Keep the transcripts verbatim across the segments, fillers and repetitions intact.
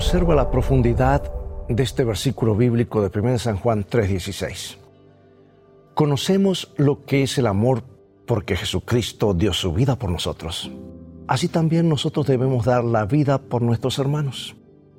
Observa la profundidad de este versículo bíblico de primera de San Juan tres dieciséis. Conocemos lo que es el amor porque Jesucristo dio su vida por nosotros. Así también nosotros debemos dar la vida por nuestros hermanos.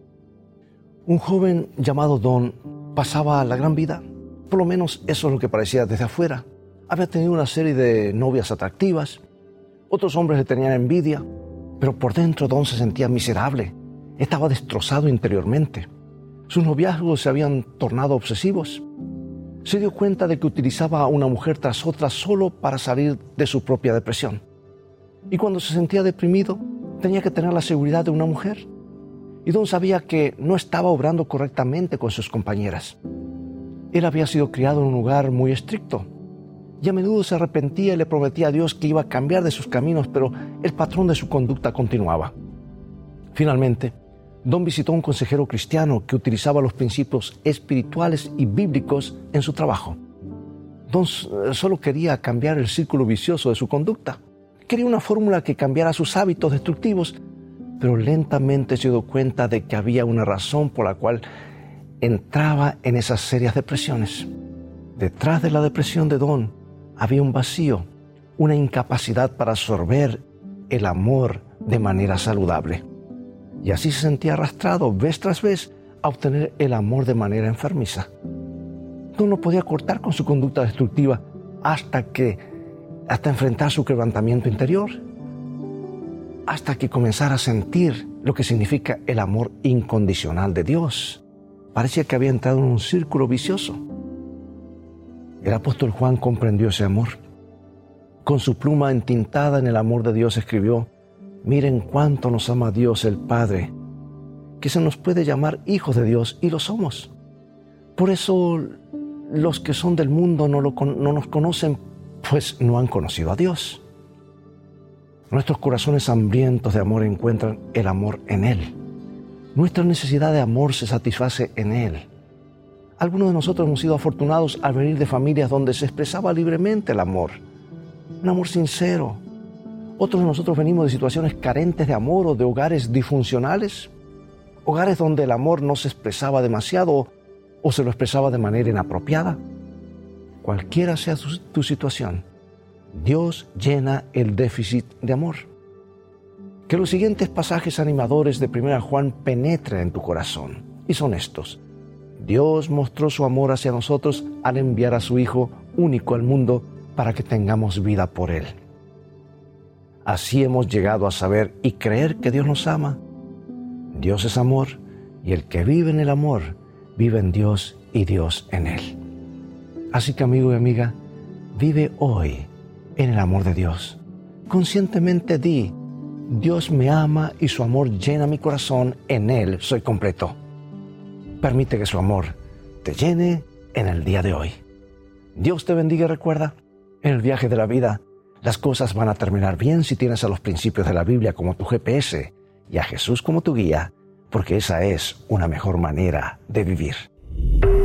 Un joven llamado Don pasaba la gran vida. Por lo menos eso es lo que parecía desde afuera. Había tenido una serie de novias atractivas. Otros hombres le tenían envidia. Pero por dentro Don se sentía miserable. Estaba destrozado interiormente. Sus noviazgos se habían tornado obsesivos. Se dio cuenta de que utilizaba a una mujer tras otra solo para salir de su propia depresión. Y cuando se sentía deprimido, tenía que tener la seguridad de una mujer. Y Don sabía que no estaba obrando correctamente con sus compañeras. Él había sido criado en un lugar muy estricto. Y a menudo se arrepentía y le prometía a Dios que iba a cambiar de sus caminos, pero el patrón de su conducta continuaba. Finalmente, Don visitó a un consejero cristiano que utilizaba los principios espirituales y bíblicos en su trabajo. Don solo quería cambiar el círculo vicioso de su conducta. Quería una fórmula que cambiara sus hábitos destructivos, pero lentamente se dio cuenta de que había una razón por la cual entraba en esas serias depresiones. Detrás de la depresión de Don había un vacío, una incapacidad para absorber el amor de manera saludable. Y así se sentía arrastrado vez tras vez a obtener el amor de manera enfermiza. Don no podía cortar con su conducta destructiva hasta que, hasta enfrentar su quebrantamiento interior, hasta que comenzara a sentir lo que significa el amor incondicional de Dios. Parecía que había entrado en un círculo vicioso. El apóstol Juan comprendió ese amor. Con su pluma entintada en el amor de Dios escribió: miren cuánto nos ama Dios el Padre, que se nos puede llamar hijos de Dios, y lo somos. Por eso los que son del mundo no, lo, no nos conocen, pues no han conocido a Dios. Nuestros corazones hambrientos de amor encuentran el amor en Él. Nuestra necesidad de amor se satisface en Él. Algunos de nosotros hemos sido afortunados al venir de familias donde se expresaba libremente el amor, un amor sincero. Otros de nosotros venimos de situaciones carentes de amor o de hogares disfuncionales, hogares donde el amor no se expresaba demasiado o se lo expresaba de manera inapropiada. Cualquiera sea tu, tu situación, Dios llena el déficit de amor. Que los siguientes pasajes animadores de primera de Juan penetren en tu corazón, y son estos. Dios mostró su amor hacia nosotros al enviar a su Hijo único al mundo para que tengamos vida por Él. Así hemos llegado a saber y creer que Dios nos ama. Dios es amor, y el que vive en el amor, vive en Dios y Dios en él. Así que, amigo y amiga, vive hoy en el amor de Dios. Conscientemente di: Dios me ama y su amor llena mi corazón, en Él soy completo. Permite que su amor te llene en el día de hoy. Dios te bendiga y recuerda, en el viaje de la vida, las cosas van a terminar bien si tienes a los principios de la Biblia como tu G P S y a Jesús como tu guía, porque esa es una mejor manera de vivir.